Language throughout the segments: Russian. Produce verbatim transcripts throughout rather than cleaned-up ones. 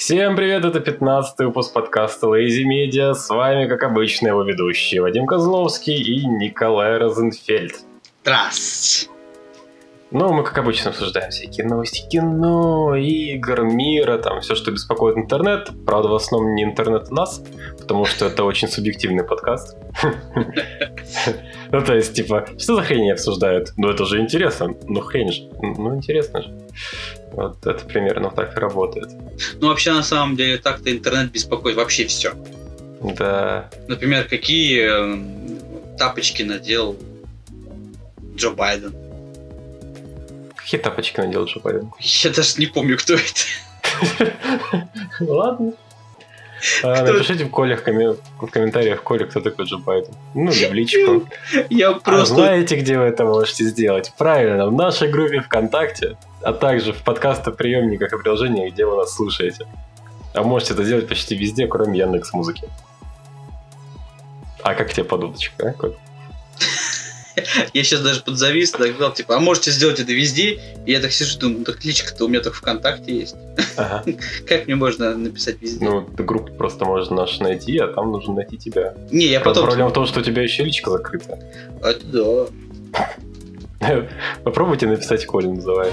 Всем привет, это пятнадцатый выпуск подкаста Lazy Media. С вами, как обычно, его ведущие Вадим Козловский и Николай Розенфельд. Здравствуйте. Ну, мы, как обычно, обсуждаем всякие новости кино, игр, мира, там, все, что беспокоит интернет. Правда, в основном не интернет у нас, потому что это очень субъективный подкаст. Ну, то есть, типа, что за хрень они обсуждают? Ну, это же интересно. Ну, хрень же. Ну, интересно же. Вот это примерно так и работает. Ну, вообще, на самом деле, так-то интернет беспокоит вообще все. Да. Например, какие э, тапочки надел Джо Байден. Какие тапочки надел Джо Байден? Я даже не помню, кто это. Ладно. А, напишите в, коле, в, коммен... в комментариях, Коля, кто такой Джо Байден. Ну, или в личку. Я просто... А знаете, где вы это можете сделать? Правильно, в нашей группе ВКонтакте, а также в подкастоприемниках и приложениях, где вы нас слушаете. А можете это сделать почти везде, кроме Яндекс.Музыки. А как тебе подудочка, а, Коль? Я сейчас даже подзавис, так сказал, типа, а можете сделать это везде? И я так сижу, думаю, так личка-то у меня только ВКонтакте есть. Ага. Как мне можно написать везде? Ну, группу просто можно нашу найти, а там нужно найти тебя. Не, я потом... Проблема в том, что у тебя еще личка закрыта. А это да. Попробуйте написать Коле, называй.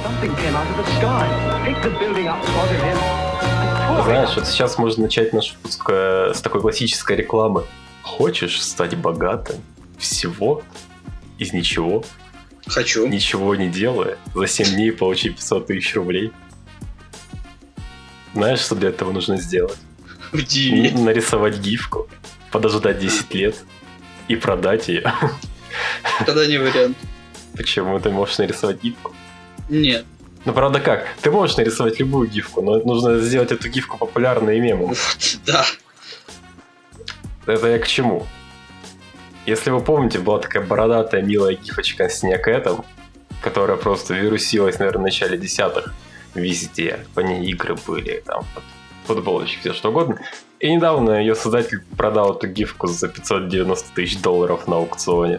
Знаешь, вот сейчас можно начать наш выпуск с такой классической рекламы. Хочешь стать богатым? Всего? Из ничего? Хочу. Ничего не делая? За семь дней получи пятьсот тысяч рублей? Знаешь, что для этого нужно сделать? Удиви. Нарисовать гифку, подождать десять лет и продать ее. Тогда не вариант. Почему? Ты можешь нарисовать гифку? Нет. Ну, правда, как? Ты можешь нарисовать любую гифку, но нужно сделать эту гифку популярной и мемом. Вот, да. Это я к чему? Если вы помните, была такая бородатая милая гифочка с Снякэтом, которая просто вирусилась, наверное, в начале десятых везде. По ней игры были, там, футболочки, все что угодно. И недавно ее создатель продал эту гифку за пятьсот девяносто тысяч долларов на аукционе.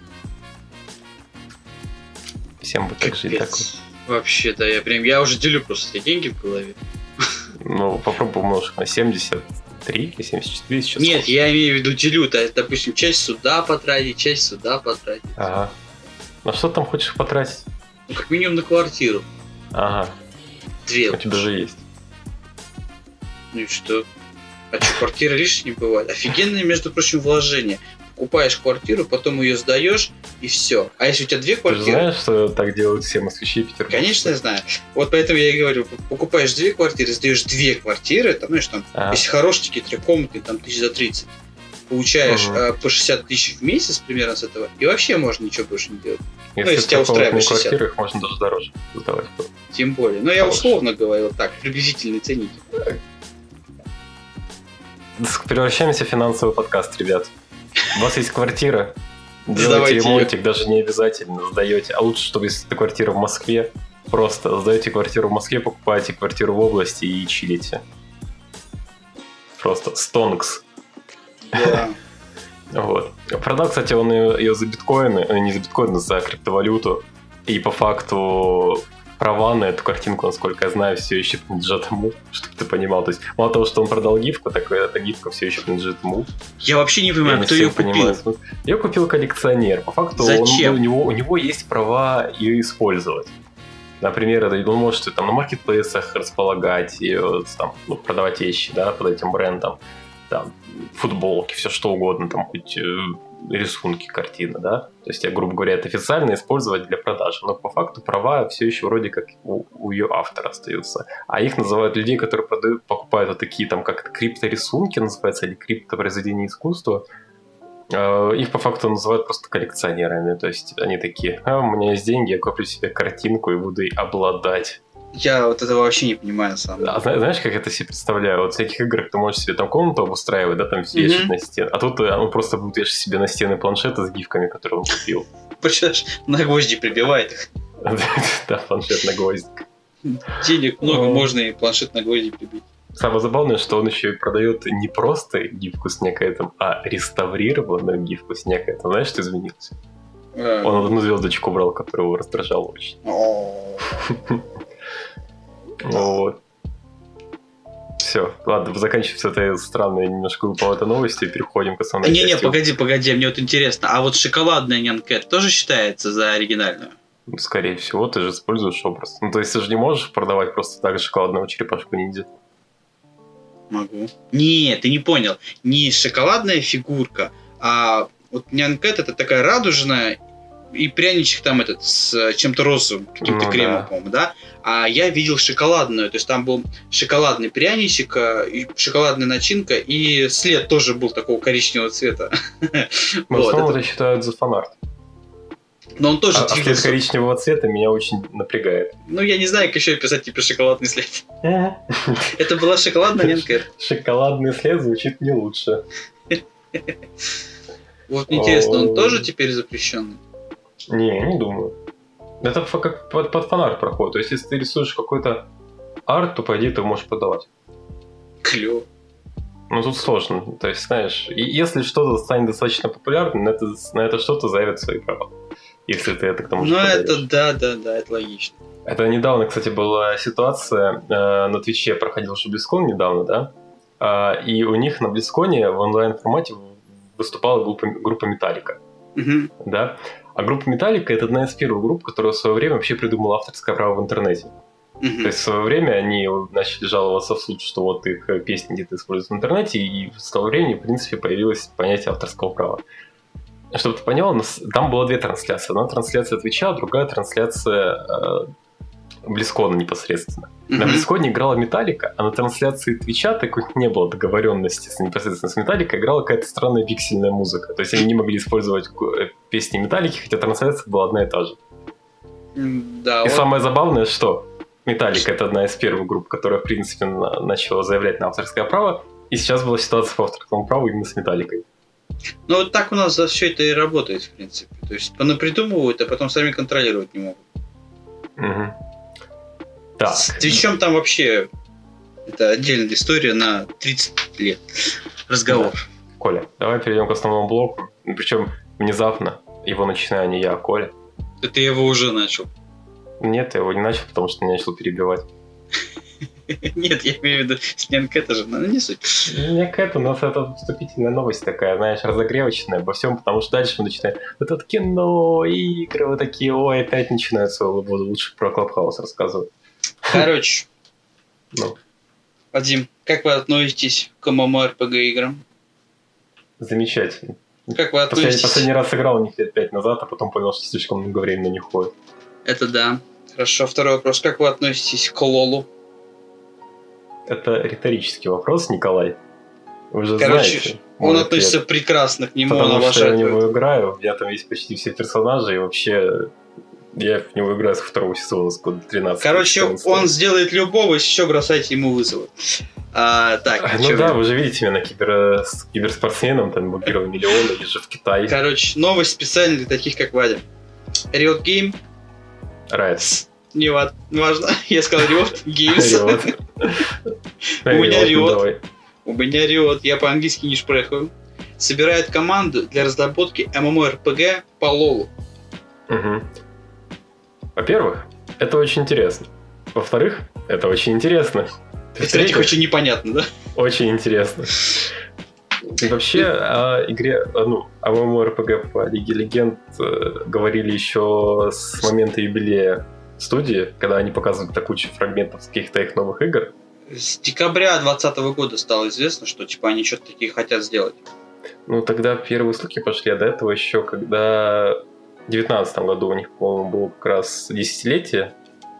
Всем бы так жить такой. Вообще-то я прям, я уже делю просто эти деньги в голове. Ну, попробуй умножить на семьдесят три или семьдесят четыре сейчас. Нет, я имею в виду делю, то есть, допустим, часть сюда потратить, часть сюда потратить. Ага. На что там хочешь потратить? Ну, как минимум на квартиру. Ага. Две. У тебя же есть. Ну и что? А что, квартира лишней не бывает? Офигенное, между прочим, вложение. Покупаешь квартиру, потом ее сдаешь, и все. А если у тебя две квартиры... Ты знаешь, что так делают все москвичи и петербуржцы? Конечно, я знаю. Вот поэтому я и говорю, покупаешь две квартиры, сдаешь две квартиры, там, знаешь, там, ага. Если хорошие, трехкомнатные, там, тысяч за тридцать. Получаешь угу. э, по шестьдесят тысяч в месяц примерно с этого, и вообще можно ничего больше не делать. Если, ну, если тебя устраивает шестьдесят. Квартиры, их можно даже дороже сдавать. Тем более. Но я условно говорил так, приблизительные ценники. Превращаемся в финансовый подкаст, ребят. У вас есть квартира, делайте ремонтик, даже не обязательно сдаете. А лучше, чтобы если это квартира в Москве, просто сдаете квартиру в Москве, покупаете квартиру в области и чилите. Просто стонкс. Да. Вот. Продал, кстати, он ее за биткоины, не за биткоины, за криптовалюту. И по факту права на эту картинку, насколько я знаю, все еще принадлежат ему, чтобы ты понимал. То есть, мало того, что он продал гифку, так эта гифка все еще принадлежит ему. Я вообще не понимаю, я кто не ее купил. Понимаю. Ее купил коллекционер. По факту Зачем? Он, у, него, у него есть права ее использовать. Например, он может там, на маркетплейсах располагать ее, там, ну, продавать вещи, да, под этим брендом. Там, футболки, все что угодно, там хоть э, рисунки, картины, да. То есть, грубо говоря, это официально использовать для продажи. Но по факту права все еще вроде как у, у ее автора остаются. А их называют людей, которые продают, покупают вот такие, там, как крипторисунки называется, или криптопроизведения искусства. Э, их по факту называют просто коллекционерами. То есть, они такие, а, у меня есть деньги, я куплю себе картинку и буду ей обладать. Я вот этого вообще не понимаю, на самом деле. А знаешь, как это себе представляю? Вот в всяких играх ты можешь себе там комнату обустраивать, да, там вешать mm-hmm. на стену. А тут он просто будет вешать себе на стены планшеты с гифками, которые он купил. Представляешь, на гвозди прибивает их. Да, планшет на гвоздик. Денег много, можно и планшет на гвозди прибить. Самое забавное, что он еще и продает не просто гифку с Снякэтом, а реставрированную гифку с Снякэтом. Знаешь, что изменилось? Он одну звездочку брал, которая его раздражала очень. Вот. Все, ладно, заканчиваем с этой странной немножко глуповатой новостью и переходим к основной части. Не-не, погоди, погоди, мне вот интересно, а вот шоколадная Нянкэт тоже считается за оригинальную? Ну, скорее всего, ты же используешь образ. Ну, то есть ты же не можешь продавать просто так шоколадного черепашку-ниндзя. Могу. Не, ты не понял. Не шоколадная фигурка, а вот Нянкэт это такая радужная, и пряничек там этот с чем-то розовым, каким-то ну, кремом, да. по-моему, да? А я видел шоколадную, то есть там был шоколадный пряничек, и шоколадная начинка, и след тоже был такого коричневого цвета. В основном это считают за фанарт. Но он тоже а, а след коричневого цвета меня очень напрягает. Ну, я не знаю, как еще писать типа шоколадный след. Это была шоколадная Нянкэт. Шоколадный след звучит не лучше. Вот интересно, он тоже теперь запрещенный? Не, не думаю. Это как под, под фонарь проходит. То есть, если ты рисуешь какой-то арт, то, по идее, ты можешь продавать. Клево. Ну, тут сложно. То есть, знаешь, если что-то станет достаточно популярным, на это, на это что-то заявят свои права. Если ты это к тому же Ну, это да, да, да, это логично. Это недавно, кстати, была ситуация. Э, на Твиче проходил же BlizzCon недавно, да? Э, и у них на BlizzCon в онлайн-формате выступала группа, группа Metallica. Угу. Да? А группа Metallica — это одна из первых групп, которая в свое время вообще придумала авторское право в интернете. Mm-hmm. То есть в свое время они начали жаловаться в суд, что вот их песни где-то используют в интернете, и с того времени, в принципе, появилось понятие авторского права. Чтобы ты понял, там было две трансляции. Одна трансляция Твича, другая трансляция э, BlizzCon непосредственно. Mm-hmm. На BlizzCon играла Metallica, а на трансляции Твича такой не было договоренности с, непосредственно с Metallica, играла какая-то странная пиксельная музыка. То есть они не могли использовать песни Metallica, хотя трансляция была одна и та же. Да, и вот... самое забавное, что Metallica — это одна из первых групп, которая, в принципе, на- начала заявлять на авторское право, и сейчас была ситуация по авторскому праву именно с Metallica. Ну вот так у нас за все это и работает, в принципе. То есть понапридумывают, а потом сами контролировать не могут. Угу. Так. С Твичом там вообще это отдельная история на тридцать лет. Разговор. Да. Коля, давай перейдем к основному блоку. Причем внезапно его начинаю не я, а Коля. Да ты его уже начал. Нет, я его не начал, потому что не начал перебивать. Нет, я имею в виду с Нянкэт же, но не суть. Нянкэт у нас это вступительная новость такая, знаешь, разогревочная обо всем, потому что дальше мы начинаем вот это кино, игры, вот такие, ой, опять начинают свою буду лучше про Клабхаус рассказывать. Короче, ну. Вадим, как вы относитесь к MMORPG играм? Замечательно. Как вы относитесь? Последний, последний раз сыграл у них лет пять назад, а потом понял, что слишком много времени на них ходит. Это да. Хорошо, второй вопрос. Как вы относитесь к Лолу? Это риторический вопрос, Николай. Вы же Короче, знаете. он относится ответ. Прекрасно к нему, потому он что я в обожает. него играю, у меня там есть почти все персонажи, и вообще я в него играю со второго сезона, с года тринадцатого. Короче, он сделает любого, еще бросайте ему вызовы. А, так, а, ну да, вы же видите меня на кибер... с киберспортсменом, там блокировал миллионы, езжу в Китай. Короче, новость специально для таких, как Вадя. Riot Game. Riot. Не важно, я сказал Riot Games. У меня Riot. У меня Riot, я по-английски не шпрехаю. Собирает команду для разработки MMORPG по лолу. Угу. Во-первых, это очень интересно. Во-вторых, это очень интересно. В-третьих, очень непонятно, да? Очень интересно. И вообще о игре, ну, о MMORPG по Лиге Легенд говорили еще с момента юбилея студии, когда они показывают такую кучу фрагментов каких-то их новых игр. С декабря двадцатого года стало известно, что типа они что-то такие хотят сделать. Ну, тогда первые слухи пошли, а до этого еще, когда в девятнадцатом году у них, по-моему, было как раз десятилетие,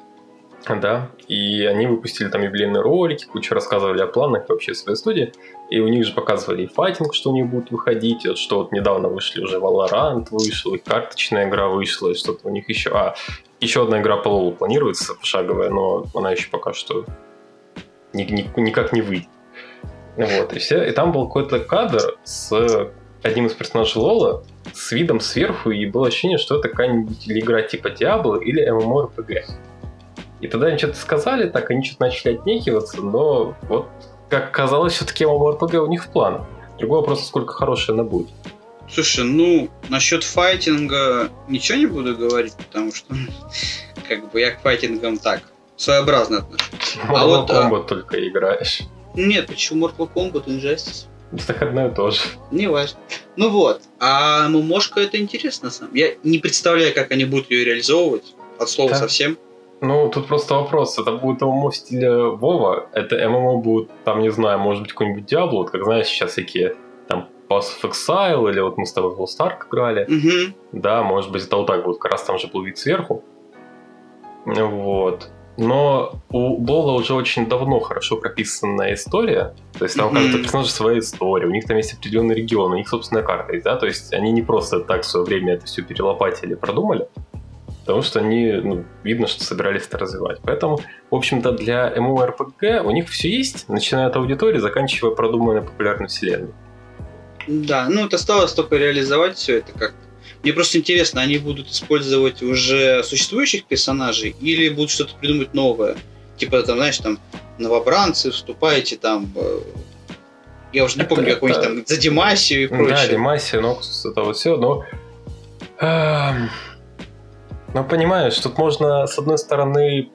да, и они выпустили там юбилейные ролики, кучу рассказывали о планах вообще своей студии, и у них же показывали и файтинг, что у них будет выходить, вот что вот недавно вышли уже Valorant вышел, и карточная игра вышла, и что-то у них еще... А, еще одна игра по лолу планируется, пошаговая, но она еще пока что ни, ни, никак не выйдет. Вот, и, все, и там был какой-то кадр с одним из персонажей лола с видом сверху, и было ощущение, что это какая-нибудь или игра типа Diablo или MMORPG. И тогда они что-то сказали, так они что-то начали отнекиваться, но вот, как казалось, все-таки MMORPG у них в планах. Другой вопрос, сколько хорошая она будет. Слушай, ну, насчет файтинга ничего не буду говорить, потому что как бы я к файтингам так, своеобразно отношусь. А вот Комбат а... только играешь. Нет, почему Mortal Kombat Injustice? Так одно и то же. Не важно. Ну вот. А ММОшка это интересно сам. Я не представляю, как они будут ее реализовывать. От слова да. совсем. Ну, тут просто вопрос. Это будет ММО в стиле Вова. Это ММО будет, там, не знаю, может быть, какой-нибудь Diablo. Вот как, знаешь, сейчас всякие там Pass of Exile, или вот мы с тобой в All Star играли. Угу. Да, может быть, это вот так будет. Как раз там же был вид сверху. Вот. Но у Бола уже очень давно хорошо прописанная история. То есть там у каждого персонажа своя история, у них там есть определенный регион, у них собственная карта есть, да, то есть они не просто так в свое время это все перелопатили, продумали, потому что они, ну, видно, что собирались это развивать. Поэтому, в общем-то, для MMORPG у них все есть, начиная от аудитории, заканчивая продуманной популярной вселенной. Да, ну вот осталось только реализовать все это как-то. Мне просто интересно, они будут использовать уже существующих персонажей или будут что-то придумать новое? Типа, там, знаешь, там, новобранцы, вступаете там... Э, я уже не это, помню, это... какой-нибудь там за Демасию и прочее. Да, Демасия, Ноксус, это вот все, но... Э, ну, понимаешь, тут можно, с одной стороны,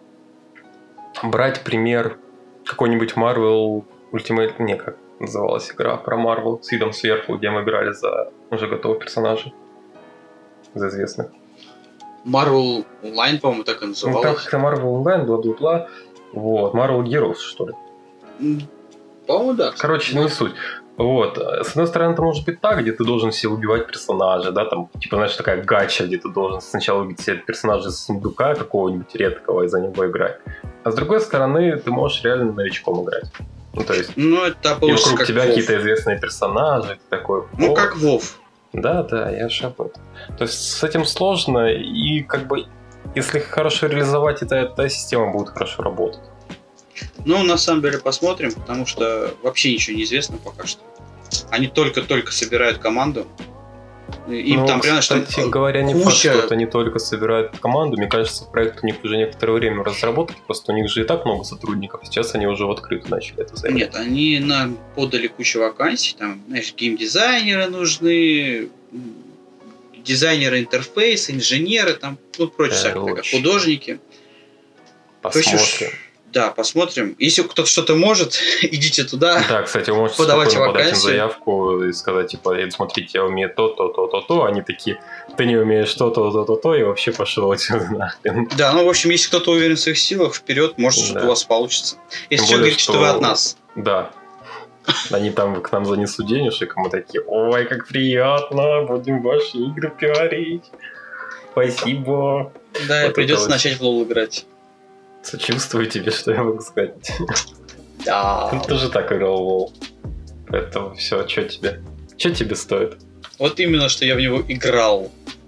брать пример какой-нибудь Marvel Ultimate... Не, как называлась игра про Marvel с видом сверху, где мы играли за уже готовых персонажей. За известных. Marvel Online, по-моему, так и называлось. Ну, так как Marvel Online, бла-бла-бла. Вот, Marvel Heroes, что ли? По-моему, да. Короче, не суть. Вот. С одной стороны, это может быть так, где ты должен себе убивать персонажа, да, там, типа, знаешь, такая гача, где ты должен сначала убить себе персонажа из сундука какого-нибудь редкого и за него играть. А с другой стороны, ты можешь реально новичком играть. Ну, то есть... Ну, это получится и вокруг как тебя WoW. Какие-то известные персонажи, ты такой... Ну, как WoW. Да, да, я же об этом. То есть с этим сложно, и как бы если хорошо реализовать это, эта система будет хорошо работать. Ну, на самом деле, посмотрим, потому что вообще ничего не известно пока что. Они только-только собирают команду. Им ну, там, прямо, кстати что говоря, не куча... факт, что это не только собирают команду. Мне кажется, проект у них уже некоторое время в разработке, просто у них же и так много сотрудников. Сейчас они уже в открытую начали это заявлять. Нет, они нам подали кучу вакансий. Там, знаешь, геймдизайнеры нужны, дизайнеры интерфейса, инженеры, там, ну, прочее, всякое, художники. Посмотрим. Хочешь... Да, посмотрим. Если кто-то что-то может, идите туда. Да, кстати, вы можете подавайте спокойно подать им вакансию. заявку и сказать, типа, смотрите, я умею то, то, то, то, то. Они такие, ты не умеешь то, то, то, то, то, и вообще пошел отсюда нахрен. Да, ну, в общем, если кто-то уверен в своих силах, вперед, может, да. что-то у вас получится. Если что, говорите, что... что вы от нас. Да. Они там к нам занесут денежек, и мы такие, ой, как приятно, будем ваши игры пиарить. Спасибо. Да, вот придется начать в лол играть. Сочувствую тебе, что я могу сказать. Да. Ты тоже так играл в лол. Поэтому все, что тебе? Что тебе стоит? Вот именно, что я в него играл.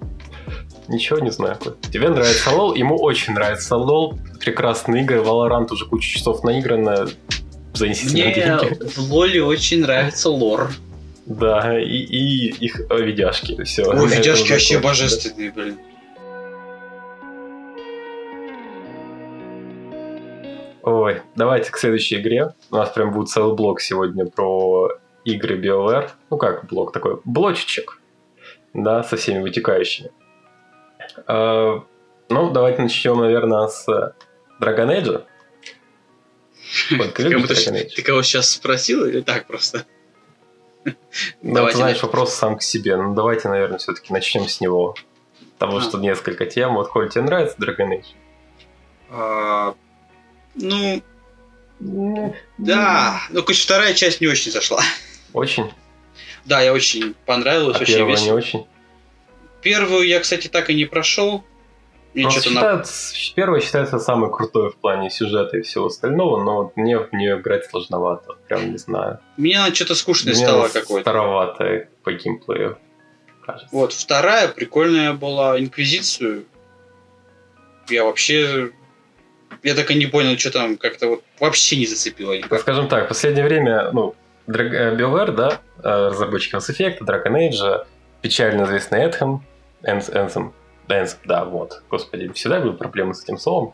Ничего не знаю. Тебе нравится лол, ему очень нравится лол. Прекрасные игры, Valorant уже кучу часов наиграно. Занесите мне деньги. В лоле очень нравится лор. Да, и, и их о, видяшки. Все. О, видяшки вообще божественные, блин. Ой, давайте к следующей игре. У нас прям будет целый блок сегодня про игры BioWare. Ну как блок такой? Блочечек. Да, со всеми вытекающими. Uh, ну, давайте начнем, наверное, с Dragon Age. Вот, ты любишь Dragon Age? Ты кого сейчас спросил или так просто? Ну, ты знаешь, вопрос сам к себе. Ну, давайте, наверное, все-таки начнем с него. Потому а. что несколько тем. Вот, Коль, тебе нравится Dragon Age? А, ну, mm-hmm. да. Ну, хоть вторая часть не очень зашла. Очень? Да, я очень понравилась. А очень первая весело. не очень? Первую я, кстати, так и не прошел. Ну, считают, на... Первая считается самой крутой в плане сюжета и всего остального, но мне в нее играть сложновато. Прям не знаю. Мне она что-то скучная стала какой-то. Староватая по геймплею, кажется. Вот, вторая прикольная была. Инквизицию. Я вообще... Я так и не понял, что там как-то вот вообще не зацепило. Никак. Скажем так, в последнее время, ну, BioWare, да, разработчики Mass Effect, Dragon Age, печально известный Anthem, Anthem, Anthem, да, вот, господи, всегда были проблемы с этим словом.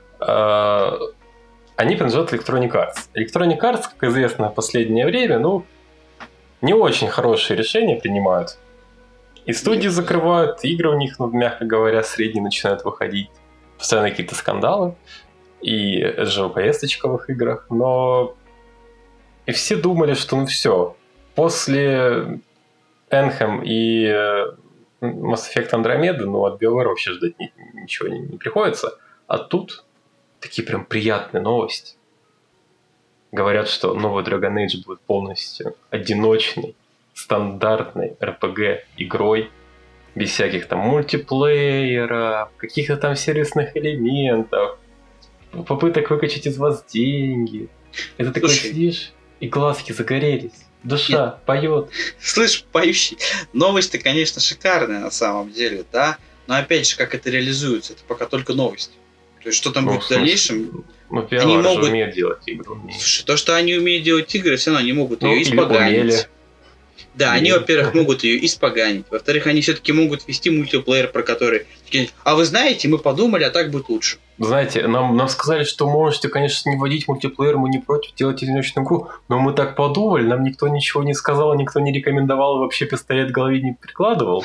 Они принадлежат Electronic Arts. Electronic Arts, как известно, в последнее время, ну, не очень хорошие решения принимают. И студии закрывают, игры у них, ну, мягко говоря, средние начинают выходить. Постоянно какие-то скандалы. И джи о пи эс-очковых играх. Но И все думали, что ну все, после Anthem и Mass Effect Andromeda, ну от BioWare вообще ждать ничего не, не приходится. А тут такие прям приятные новости. Говорят, что новый Dragon Age будет полностью одиночной, стандартной эр пи джи-игрой, без всяких там мультиплеера, каких-то там сервисных элементов, попыток выкачать из вас деньги. Это такой сидишь, и глазки загорелись, душа Нет. поет. Слышь, поющий, новость-то, конечно, шикарная на самом деле, да? Но опять же, как это реализуется, это пока только новость. То есть, что там ну, будет в дальнейшем... Ну, они могут умеют делать игры. Слушай, то, что они умеют делать игры, все равно они могут ну, ее испоганить. Умели. Да, они, во-первых, могут ее испоганить. Во-вторых, они все-таки могут вести мультиплеер, про который... А вы знаете, мы подумали, а так будет лучше. Знаете, нам, нам сказали, что можете, конечно, не вводить мультиплеер, мы не против делать одиночную игру, но мы так подумали, нам никто ничего не сказал, никто не рекомендовал, вообще пистолет к голове не прикладывал.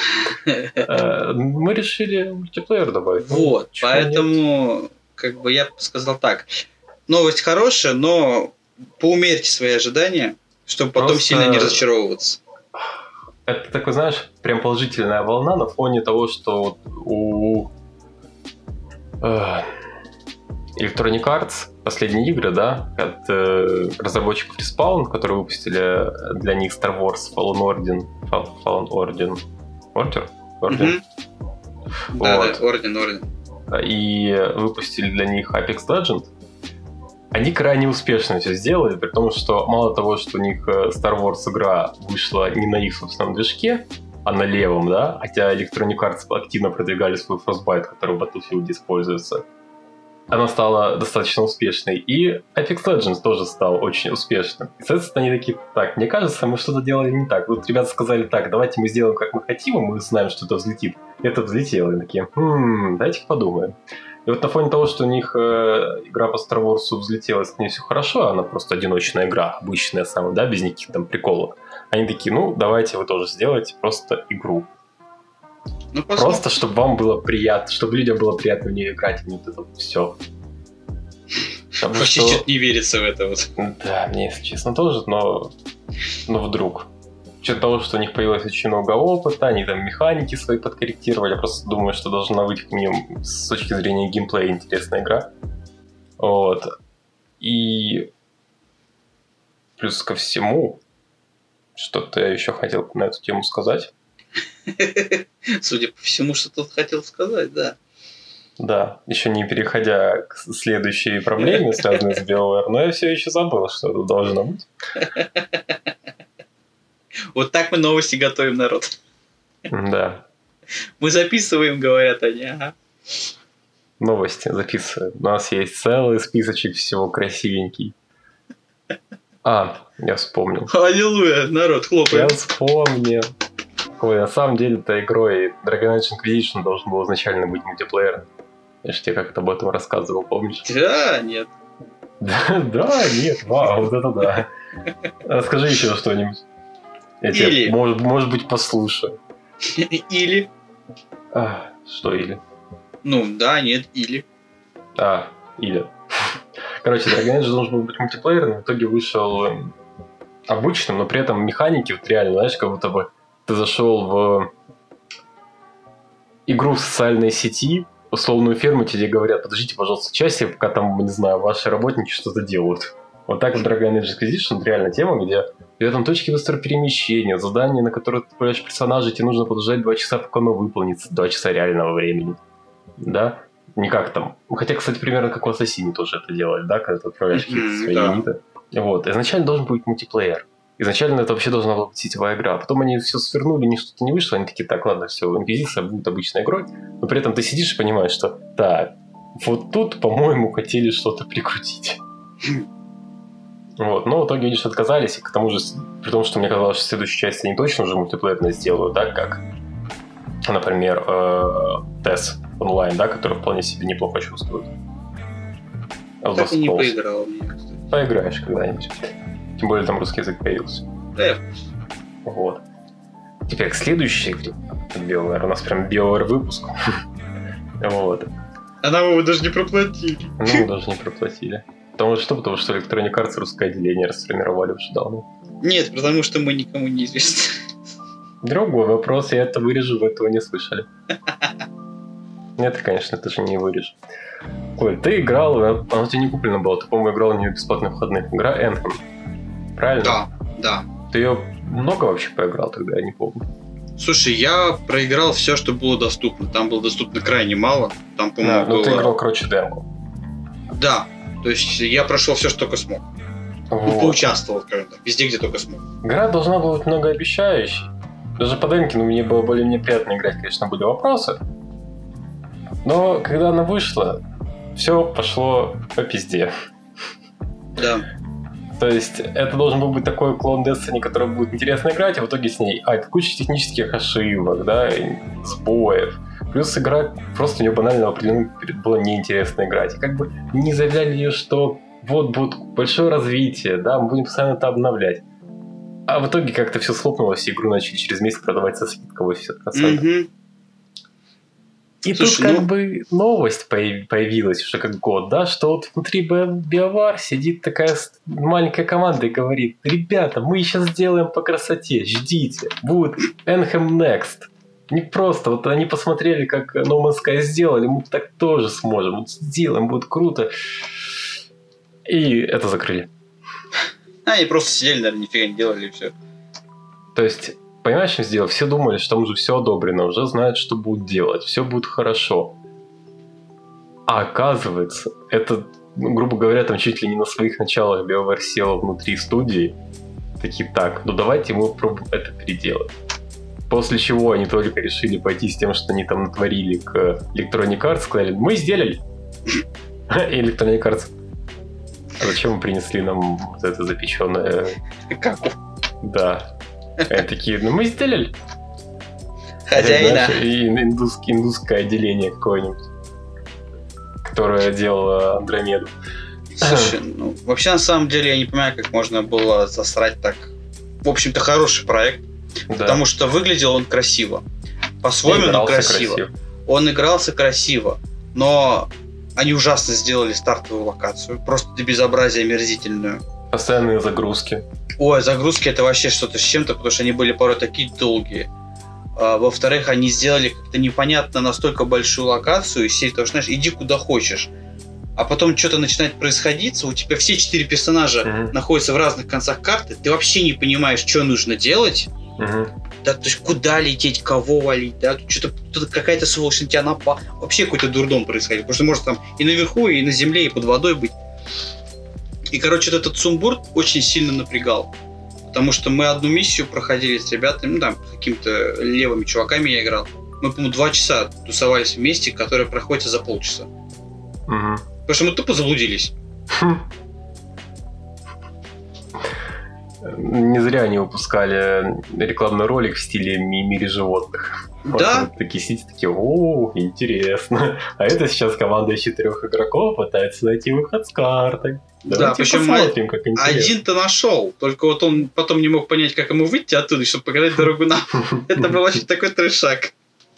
Мы решили мультиплеер добавить. Вот, поэтому... Как бы я бы сказал так. Новость хорошая, но поумерьте свои ожидания, чтобы потом Просто... сильно не разочаровываться. Это такой, знаешь, прям положительная волна на фоне того, что у э, Electronic Arts последние игры, да, от э, разработчиков Respawn, которые выпустили для них Star Wars Fallen Order, Fallen Order, Order? Order? Mm-hmm. Вот. Да, да, Order, Order. И выпустили для них Apex Legends, они крайне успешно все сделали, при том, что мало того, что у них Star Wars игра вышла не на их собственном движке, а на левом, да, хотя Electronic Arts активно продвигали свой Frostbite, который в Battlefield используется, она стала достаточно успешной. И Apex Legends тоже стал очень успешным. И, соответственно, они такие, так, мне кажется, мы что-то делали не так. Вот ребята сказали, так, давайте мы сделаем, как мы хотим, и мы знаем, что это взлетит. Это взлетело. И такие, хм, давайте-ка подумаем. И вот на фоне того, что у них э, игра по Star Wars взлетела, с ней все хорошо, она просто одиночная игра, обычная самая, да, без никаких там приколов. Они такие, ну, давайте вы тоже сделайте просто игру. Ну, просто, чтобы вам было приятно, чтобы людям было приятно в нее играть, а не вот это вот все. Вообще что-то не верится в это вот. Да, мне, если честно, тоже, но, но вдруг. В счет того, что у них появилось очень много опыта, они там механики свои подкорректировали, я просто думаю, что должна быть к ним с точки зрения геймплея интересная игра. Вот. И плюс ко всему, что-то я еще хотел на эту тему сказать. Судя по всему, что тут хотел сказать, да. Да, еще не переходя к следующей проблеме, связанной с BioWare, но я все еще забыл, что это должно быть. Вот так мы новости готовим, народ. Да. Мы записываем, говорят они, ага. Новости записываем. У нас есть целый списочек всего красивенький. А, я вспомнил. Аллилуйя, народ, хлопаем. Я вспомнил. Ой, на самом деле-то игрой Dragon Age Inquisition должен был изначально быть мультиплеером. Я же тебе как-то об этом рассказывал, помнишь? Да, нет. Да, нет, вау, вот это да. Расскажи еще что-нибудь. Я или... тебя, может, может быть, послушаю. Или... А, что или? Ну, да, нет, или... А, или... Короче, Dragon Age должен был быть мультиплеерным, в итоге вышел обычным, но при этом механики, вот реально, знаешь, как будто бы ты зашел в игру в социальной сети, условную ферму, тебе говорят, подождите, пожалуйста, части, пока там, не знаю, ваши работники что-то делают. Вот так в Dragon Age Inquisition реально тема, где где там точки быстрого перемещения, задания, на которые ты отправляешь персонажа, тебе нужно подождать два часа, пока оно выполнится, два часа реального времени. Да? Не как там. Хотя, кстати, примерно как в Ассасине тоже это делали, да, когда ты отправляешь какие-то свои да. юниты. Вот. Изначально должен быть мультиплеер. Изначально это вообще должна была быть сетевая игра. А потом они все свернули, ни что-то не вышло. Они такие, так, ладно, все, Инквизиция будет обычной игрой. Но при этом ты сидишь и понимаешь, что так, вот тут, по-моему, хотели что-то прикрутить. Вот. Но в итоге, видишь, отказались. И к тому же, при том, что мне казалось, что в следующей части они точно уже мультиплеерно сделают, да, как, например, Тесс онлайн, да, который вполне себе неплохо чувствует. Так и не поиграл. Поиграешь когда-нибудь. Тем более там русский язык появился. Да. Вот. Теперь к следующей игре от BioWare. У нас прям BioWare выпуск. Вот. А нам его даже не проплатили. Ну, даже не проплатили. Потому что, потому что Electronic Arts русское отделение расформировали уже давно. Нет, потому что мы никому не известны. Другой вопрос, я это вырежу, вы этого не слышали. Нет, конечно, это же не вырежу. Коль, ты играл, она у тебя не куплена была, ты, по-моему, играл в нее бесплатных входных. Игра Anthem, правильно? Да, да. Ты ее много вообще поиграл тогда, я не помню. Слушай, я проиграл все, что было доступно. Там было доступно крайне мало. Там, по-моему, да, ну было... ты играл, короче, демку. Да, то есть я прошел все, что только смог. Вот. Ну, поучаствовал, скажем так, везде, где только смог. Игра должна была быть многообещающей. Даже по демке, ну, мне было более-менее приятно играть, конечно, были вопросы. Но когда она вышла, все пошло по пизде. Да. То есть это должен был быть такой клон Destiny, который будет интересно играть, а в итоге с ней а, куча технических ошибок, да, сбоев. Плюс игра, просто у нее банально определенно было неинтересно играть. И как бы не заявляли ее, что вот будет большое развитие, да, мы будем постоянно это обновлять. А в итоге как-то все слопнулось, и игру начали через месяц продавать со скидкой восемьдесят процентов. Mm-hmm. И Слушай, тут как ну... бы новость появилась уже как год, да, что вот внутри BioWare сидит такая маленькая команда и говорит: ребята, мы сейчас сделаем по красоте, ждите, будет Anthem Next. Не просто, вот они посмотрели, как No Man's Sky сделали, мы так тоже сможем, вот сделаем, будет круто. И это закрыли. А, они просто сидели, наверное, нифига не делали, и все. То есть... Понимаешь, что сделал? Все думали, что там уже все одобрено, уже знают, что будут делать, все будет хорошо. А оказывается, это, ну, грубо говоря, там чуть ли не на своих началах BioWare села внутри студии. Такие, так, ну давайте мы попробуем это переделать. После чего они только решили пойти с тем, что они там натворили к Electronic Arts, сказали: мы сделали. И Electronic Arts: а зачем вы принесли нам вот это запеченное... Каку? Да. Они такие: ну мы сделали. Хозяина. И индусское, индусское отделение какое-нибудь, которое делало Андромеду. Слушай, ну вообще на самом деле я не понимаю, как можно было засрать так. В общем-то, хороший проект. Да. Потому что выглядел он красиво. По-своему он красиво. красиво. Он игрался красиво. Но они ужасно сделали стартовую локацию. Просто до безобразия омерзительную. Постоянные загрузки. Ой, загрузки это вообще что-то с чем-то, потому что они были порой такие долгие. А, во-вторых, они сделали как-то непонятно настолько большую локацию, и все, потому что, знаешь, иди куда хочешь. А потом что-то начинает происходить, у тебя все четыре персонажа uh-huh. находятся в разных концах карты, ты вообще не понимаешь, что нужно делать. Uh-huh. Да, то есть куда лететь, кого валить, да, тут что-то тут какая-то сволочь на тебя напала. Вообще какой-то дурдом происходит, потому что может там и наверху, и на земле, и под водой быть. И, короче, этот сумбур очень сильно напрягал. Потому что мы одну миссию проходили с ребятами, ну там, какими-то левыми чуваками я играл. Мы, по-моему, два часа тусовались вместе, которые проходят за полчаса. Угу. Потому что мы тупо заблудились. Не зря они выпускали рекламный ролик в стиле «Мире животных». Да. Вот такие сидят, такие: о, интересно. А это сейчас команда из четырех игроков пытается найти выход с картой. Да, причем посмотрим, как один-то нашел, только вот он потом не мог понять, как ему выйти оттуда, чтобы показать дорогу нам. Это был вообще такой трешак.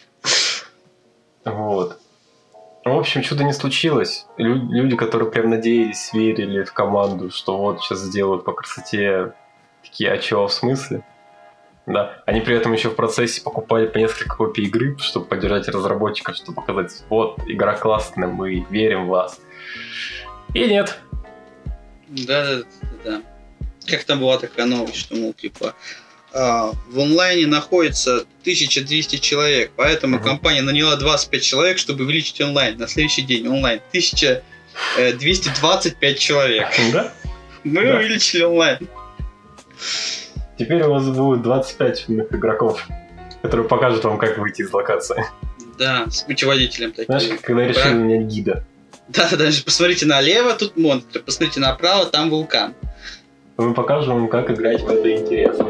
Вот. В общем, чудо не случилось. Люди, которые прям надеялись, верили в команду, что вот сейчас сделают по красоте, такие: а чего, в смысле? Да. Они при этом еще в процессе покупали по несколько копий игры, чтобы поддержать разработчиков, чтобы показать: вот, игра классная, мы верим в вас. И нет. Да, да, да. Как там была такая новость, что, мол, типа, а, в онлайне находится тысяча двести человек, поэтому uh-huh. компания наняла двадцать пять человек, чтобы увеличить онлайн. На следующий день онлайн тысяча двести двадцать пять человек. Да? Мы да. увеличили онлайн. Теперь у вас будет двадцать пять умных игроков, которые покажут вам, как выйти из локации. Да, с путеводителем таким. Знаешь, когда решили нанять гида. Да, даже посмотрите налево, тут монстры, посмотрите направо, там вулкан. Мы покажем вам, как играть в это интересно.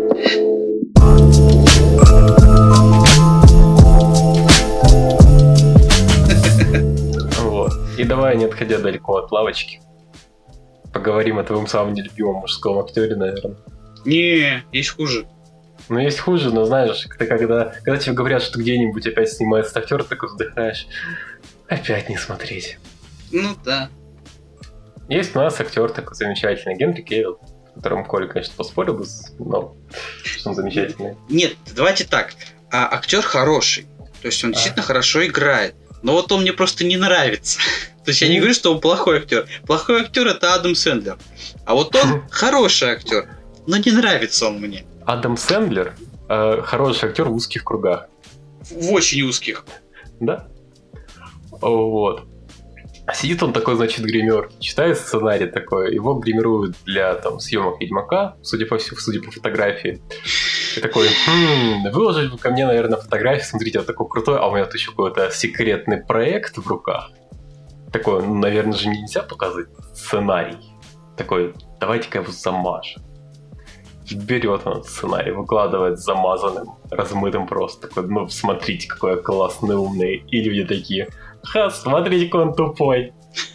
Вот. И давай, не отходя далеко от лавочки, поговорим о твоем самом нелюбимом мужском актере, наверное. Не, есть хуже. Ну, есть хуже, но знаешь, ты когда, когда тебе говорят, что где-нибудь опять снимается актер, ты такой вздыхаешь: опять не смотреть. Ну да. Есть у нас актер такой замечательный, Генри Кевилл, с которым Коля, конечно, поспорил бы, но что он замечательный. Нет, давайте так. А актер хороший. То есть он действительно а. хорошо играет. Но вот он мне просто не нравится. То есть я не говорю, что он плохой актер. Плохой актер это Адам Сэндлер. А вот он хороший актер, но не нравится он мне. Адам Сэндлер э, хороший актер в узких кругах. В очень узких. Да. Вот. Сидит он такой, значит, гример, читает сценарий такой, его гримируют для там съемок Ведьмака, судя по всему, судя по фотографии. И такой, хм, выложить бы ко мне, наверное, фотографию, смотрите, вот такой крутой, а у меня тут еще какой-то секретный проект в руках. Такой, ну, наверное же, нельзя показать сценарий. Такой, давайте-ка его замажем. Берет он сценарий, выкладывает замазанным, размытым просто. Такой, ну, смотрите, какой я классный, умный. И люди такие, ха, смотрите, какой он тупой.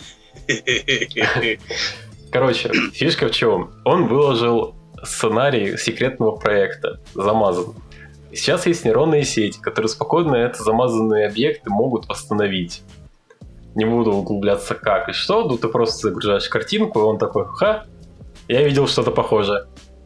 Короче, фишка в чем? Он выложил сценарий секретного проекта, замазан. Сейчас есть нейронные сети, которые спокойно это замазанные объекты могут восстановить. Не буду углубляться как и что, ну ты просто загружаешь картинку, и он такой, ха, я видел что-то похожее.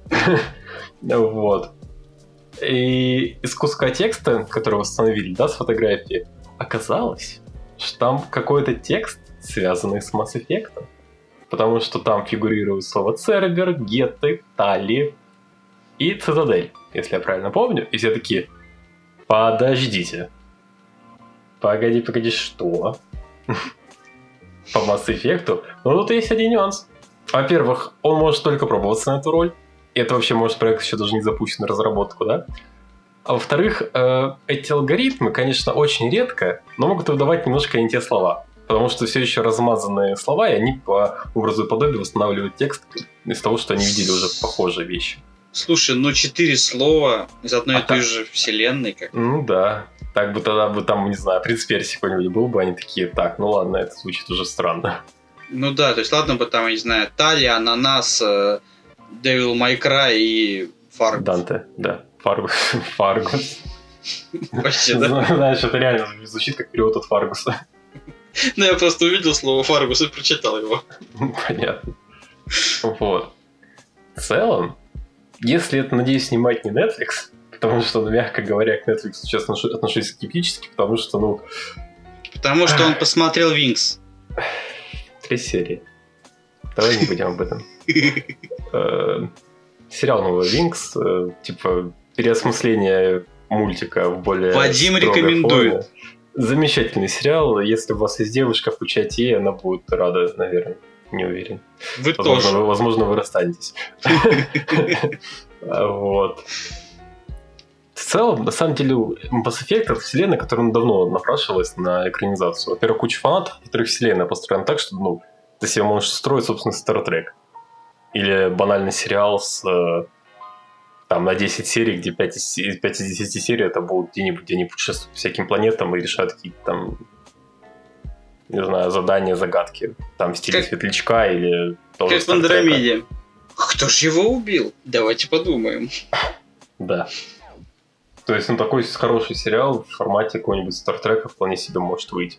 Вот. И из куска текста, который восстановили, да, с фотографии, оказалось, что там какой-то текст, связанный с Mass Effect. Потому что там фигурируют слова Цербер, Гетты, Талли и Цитадель, если я правильно помню. И все такие, подождите. Погоди, погоди, что? По Mass Effect? Ну, тут есть один нюанс. Во-первых, он может только пробоваться на эту роль. И это вообще, может, проект еще даже не запущен в разработку, да? А во-вторых, э, эти алгоритмы, конечно, очень редко, но могут выдавать немножко не те слова. Потому что все еще размазанные слова, и они по образу и подобию восстанавливают текст из того, что они видели уже похожие вещи. Слушай, ну четыре слова из одной а и той так... же вселенной. Как... Ну да. Так бы тогда бы там, не знаю, принц Персии какой-нибудь был бы, они такие, так, ну ладно, это звучит уже странно. Ну да, то есть ладно бы там, я не знаю, Талия, Ананас, Devil May Cry и Фаргус. Данте, да. Фаргус. Фаргус. Вообще, да? Знаешь, это реально звучит как перевод от Фаргуса. Ну, я просто увидел слово Фаргус и прочитал его. Понятно. Вот. В целом, если это, надеюсь, снимать не Netflix, потому что, ну, мягко говоря, к Netflix сейчас отношусь скептически, потому что, ну... Потому что он посмотрел Винкс. Три серии. Давай не будем об этом. Сериал новый Винкс, типа переосмысление мультика в более... Вадим рекомендует. Замечательный сериал. Если у вас есть девушка, включайте ей, она будет рада, наверное. Не уверен. Вы возможно, тоже. Вы, возможно, вы расстанетесь. Вот. В целом, на самом деле, Mass Effect — это вселенная, которая давно напрашивалась на экранизацию. Во-первых, куча фанатов, во-вторых, вселенная построена так, что, ну, ты себе можешь строить, собственно, Star Trek. Или банальный сериал с... Там на десять серий, где пять из десяти серий это будут где-нибудь, где они путешествуют по всяким планетам и решают какие-то там, не знаю, задания, загадки. Там в стиле как... Светлячка или... Как в Андромеде. Кто ж его убил? Давайте подумаем. Да. То есть, ну, такой хороший сериал в формате какого-нибудь Стартрека вполне себе может выйти.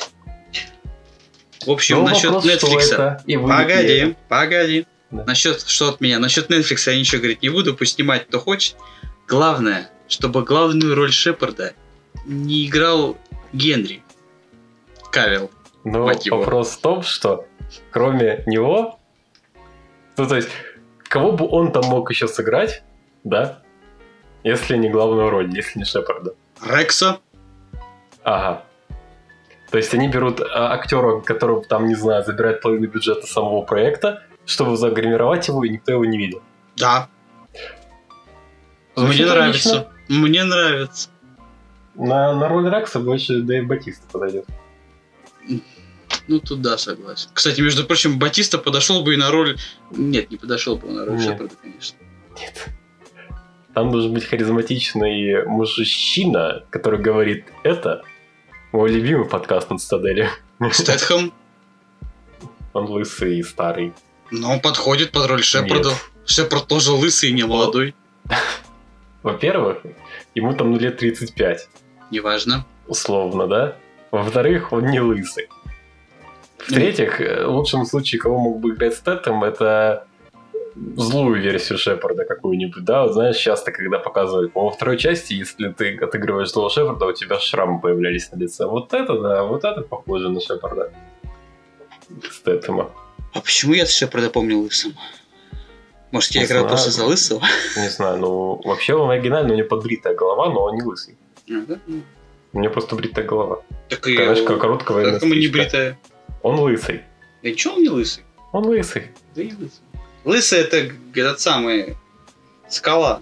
В общем, ну, насчет Netflix. Погоди, погоди. Да. Насчет, что от меня? Насчет Netflix я ничего говорить не буду, пусть снимать кто хочет. Главное, чтобы главную роль Шепарда не играл Генри Кавилл. Ну, вопрос в том, что кроме него, ну, то есть, кого бы он там мог еще сыграть, да, если не главную роль, если не Шепарда? Рекса. Ага. То есть они берут а, актера, которого там, не знаю, забирает половину бюджета самого проекта, чтобы загримировать его, и никто его не видел. Да. Звучит Мне нравится. Отлично. Мне нравится. На, на роль Рекса больше Дэйв Батиста подойдет. Ну, тут да, согласен. Кстати, между прочим, Батиста подошел бы и на роль... Нет, не подошел бы на роль Нет. Шепарда, конечно. Нет. Там должен быть харизматичный мужчина, который говорит это. Мой любимый подкаст на Цитадели. Стэтхэм. Он лысый и старый. Но он подходит под роль Шепарда. Нет. Шепард тоже лысый и не молодой. Во-первых, ему там ну, лет тридцать пять. Неважно. Условно, да? Во-вторых, он не лысый. В-третьих, в лучшем случае, кого мог бы играть Стэтэм, это злую версию Шепарда какую-нибудь, да, вот знаешь, часто, когда показывают, во второй части, если ты отыгрываешь злого Шепарда, у тебя шрамы появлялись на лице. Вот это, да, вот это похоже на Шепарда. Стэтэма. А почему я Шепарда помнил лысым? Может, я не играл знаю. Просто за лысого? Не знаю, ну, вообще он оригинальный, у него подбритая голова, но он не лысый. А, да? У него просто бритая голова. Так и... Знаешь, как короткая военная стрижка. Не бритая? Он лысый. Да ничего он не лысый? Он лысый. Да и лысый. Лысый это этот самый скала.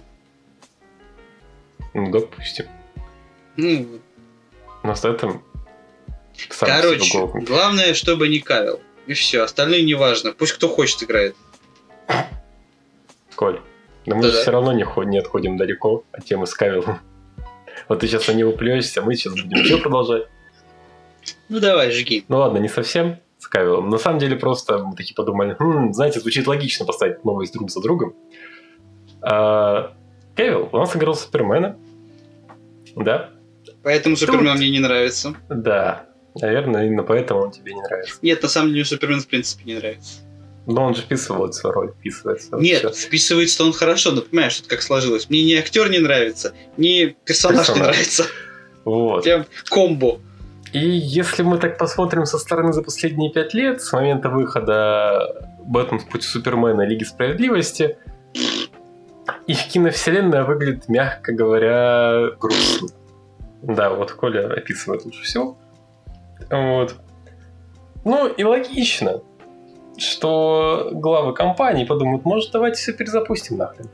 Ну, допустим. Ну, но с этим... Короче, главное, чтобы не кавил. И все, остальное не важно. Пусть кто хочет играет. Коль, но мы да-да. же все равно не, ход, не отходим далеко от темы с кавилом. Вот ты сейчас на него плюешься, мы сейчас будем еще продолжать. Ну давай, жги. Ну ладно, не совсем с кавилом. На самом деле просто мы такие подумали, хм, знаете, звучит логично поставить новость друг за другом. А, Кавил у нас играл Супермена. Да. Поэтому Супермен Тут... мне не нравится. Да. Наверное, именно поэтому он тебе не нравится. Нет, на самом деле Супермен в принципе не нравится. Но он же вписывает свою роль, вписывается. Нет, все. Вписывается он хорошо, но понимаешь, что как сложилось. Мне ни актер не нравится, ни персонаж, персонаж. не нравится. Вот. Прям комбо. И если мы так посмотрим со стороны за последние пять лет, с момента выхода «Бэтмен против Супермена» Лиги Справедливости, их киновселенная выглядит, мягко говоря, грустно. Да, вот Коля описывает лучше всего. Вот. Ну и логично, что главы компании подумают, может, давайте все перезапустим нахрен.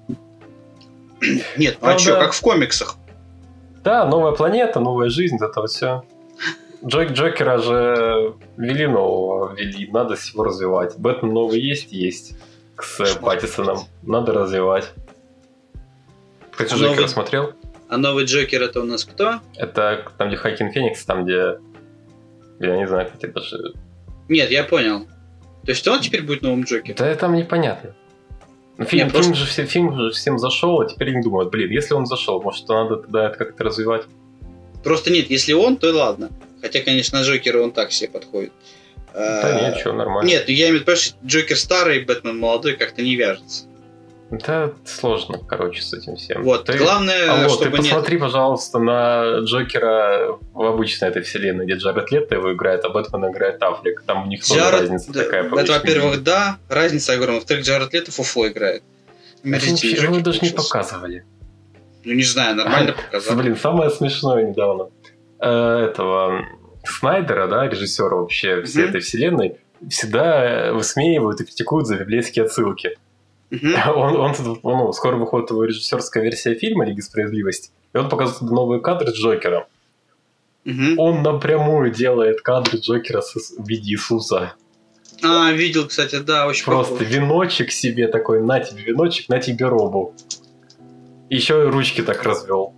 Нет, ну а что, как в комиксах? Да, новая планета, новая жизнь, это вот все. Джок Джокера же ввели нового, ввели, надо его развивать. Бэтмен новый есть, есть. С Паттисоном. Надо развивать. Ты а Джокера новый... смотрел? А новый Джокер это у нас кто? Это там, где Хоакин Феникс, там, где... Я не знаю, как это даже... Нет, я понял. То есть он теперь будет новым Джокером? Да там непонятно. Фильм, Нет, фильм, просто... же, фильм же всем зашел, а теперь они думают, блин, если он зашел, может, надо тогда это как-то развивать? Просто нет, если он, то ладно. Хотя, конечно, Джокеру он так себе подходит. Да а... нет, что, нормально. Нет, я имею в виду, что Джокер старый, Бэтмен молодой, как-то не вяжется. Да сложно, короче, с этим всем. Вот, ты... главное, а вот, чтобы ты посмотри, нет... пожалуйста, на Джокера в обычной этой вселенной, где Джаред Лето его играет, а Бэтмен играет Аффлек. Там у них тоже Джаред... разница да, такая. Это, во-первых, да, разница огромная. Во-вторых, Джаред Лето фуфло играет. Его даже не показывали. Ну, не знаю, нормально показали. Блин, самое смешное недавно. Этого Снайдера, да, режиссера вообще всей этой вселенной, всегда высмеивают и критикуют за библейские отсылки. Uh-huh. Он, он, он, ну, скоро выходит его режиссерская версия фильма «Лига Справедливости», и он показывает новые кадры с Джокером. Uh-huh. Он напрямую делает кадры Джокера в виде Иисуса. А, видел, кстати, да, очень Просто похож. Веночек себе такой, на тебе веночек, на тебе робу. Еще и ручки так развел.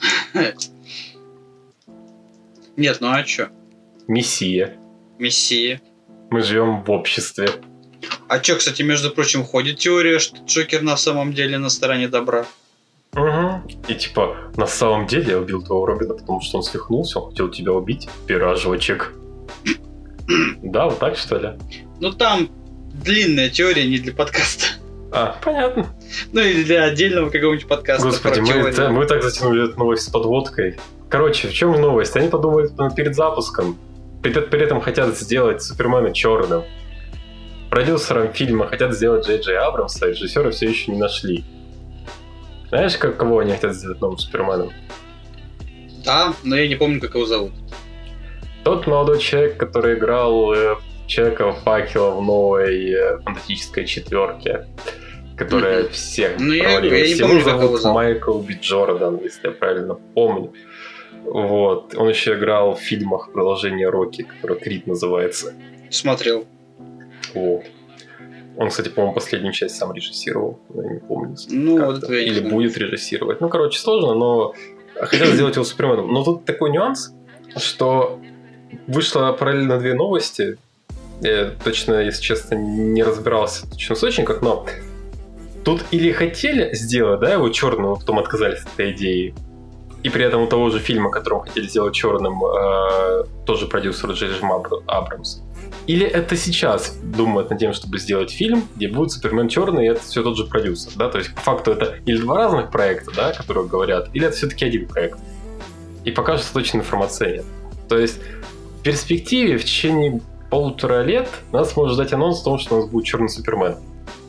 Нет, ну а чё? Мессия. Мессия. Мы живем в обществе. А чё, кстати, между прочим, ходит теория, что Джокер на самом деле на стороне добра. Угу. И типа, на самом деле я убил твоего Робина, потому что он свихнулся, он хотел тебя убить. Пирожочек. Да, вот так, что ли? Ну там длинная теория, не для подкаста. А, понятно. Ну или для отдельного какого-нибудь подкаста. Господи, мы, та, мы так затянули эту новость с подводкой. Короче, в чем новость? Они подумают перед запуском. При, при этом хотят сделать Супермена черным. Продюсером фильма хотят сделать Джей Джей Абрамса, режиссера все еще не нашли. Знаешь, как, кого они хотят сделать новым Суперменом? Да, но я не помню, как его зовут. Тот молодой человек, который играл э, Человека-факела в новой э, фантастической четверке, которая mm-hmm. всех ну, я, я не помню, как его зовут. Майкл Би Джордан, если я правильно помню. Вот. Он еще играл в фильмах «Продолжение Рокки», который «Крид» называется. Смотрел. Вот. Он, кстати, по-моему, последнюю часть сам режиссировал. Я не помню. Ну, вот это Или будет режиссировать. Ну, короче, сложно, но хотел сделать его Суперменом. Но тут такой нюанс, что вышло параллельно две новости. Я точно, если честно, не разбирался точно в источниках, но тут или хотели сделать, да, его черным, а потом отказались от этой идеи, и при этом у того же фильма, которого хотели сделать черным, э, тоже продюсер Джей Джей Абрамс. Или это сейчас думают над тем, чтобы сделать фильм, где будет Супермен черный, и это все тот же продюсер, да? То есть, по факту, это или два разных проекта, да, которые говорят, или это все-таки один проект. И пока что точной информации нет. То есть, в перспективе, в течение полутора лет нас может ждать анонс о том, что у нас будет черный Супермен.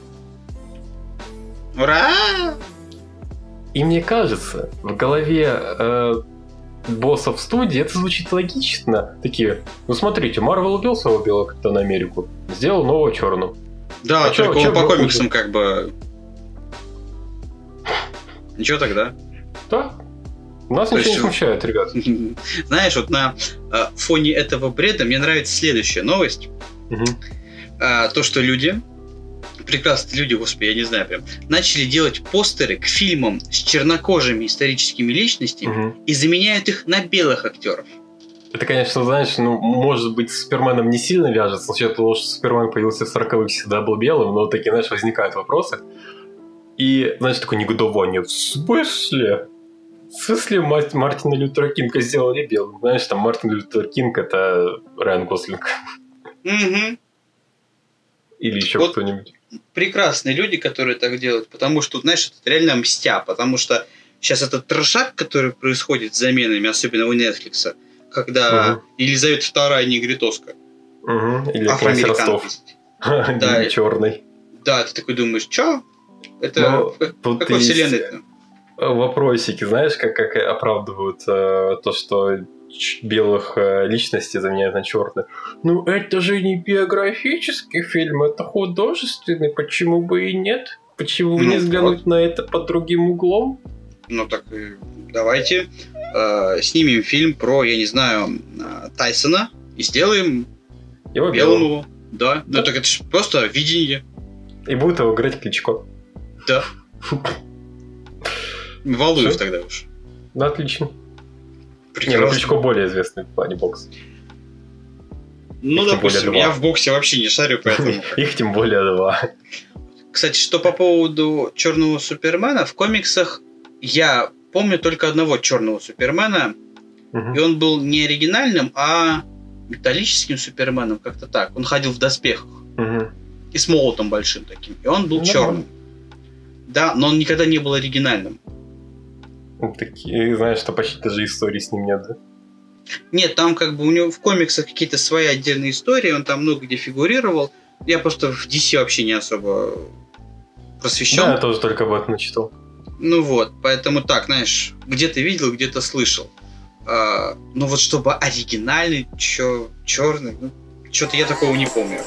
Ура! И мне кажется, в голове э, боссов студии это звучит логично. Такие, ну смотрите, Марвел убил своего белого Капитана Америку, сделал нового черного. Да, а только чё, он чё по комиксам как бы... Ничего тогда? Да. Нас То ничего есть... не смущает, ребят. Знаешь, вот на э, фоне этого бреда мне нравится следующая новость. Угу. Э, то, что люди... прекрасные люди, господи, я не знаю прям, начали делать постеры к фильмам с чернокожими историческими личностями угу. и заменяют их на белых актеров. Это, конечно, знаешь, ну, может быть, с Суперменом не сильно вяжется, с учетом того, что Супермен появился в сороковых, всегда был белым, но такие, знаешь, возникают вопросы. И, знаешь, такое негодование. В смысле? В смысле Мар- Мартина Лютера Кинга сделали белым? Знаешь, там Мартин Лютер Кинг — это Райан Гослинг. Угу. Или еще вот кто-нибудь. Прекрасные люди, которые так делают, потому что, знаешь, это реально мстя, потому что сейчас этот трешак, который происходит с заменами, особенно у Netflix, когда угу. Елизавета вторая негритоска, угу. Или афроамериканка, да, черный. Да, ты такой думаешь, что? Это в какой вселенной-то? Вопросики, знаешь, как, как оправдывают э, то, что белых э, личностей заменяют на черных. Ну, это же не биографический фильм, это художественный, почему бы и нет? Почему бы ну, не взглянуть вот. на это под другим углом? Ну, так давайте э, снимем фильм про, я не знаю, Тайсона и сделаем его белым белым. его. Да, да. Ну, так это же просто видение. И будет его играть Кличко. Да. Валуев тогда уж. Ну, отлично. Прекрасно. Не, ну Кличко более известный в плане бокса. Ну, их допустим, я в боксе вообще не шарю, поэтому... Их тем более два. Кстати, что по поводу черного Супермена, в комиксах я помню только одного черного Супермена, и он был не оригинальным, а металлическим Суперменом, как-то так. Он ходил в доспехах. И с молотом большим таким. И он был черным. Да, но он никогда не был оригинальным. Такие, знаешь, что почти даже истории с ним нет, да? Нет, там как бы у него в комиксах какие-то свои отдельные истории, он там много где фигурировал. Я просто в ди си вообще не особо просвещен. Да, я тоже только об этом начитал. Ну вот, поэтому так, знаешь, где-то видел, где-то слышал. А, ну вот чтобы оригинальный, чё, черный, ну, что-то я такого не помню.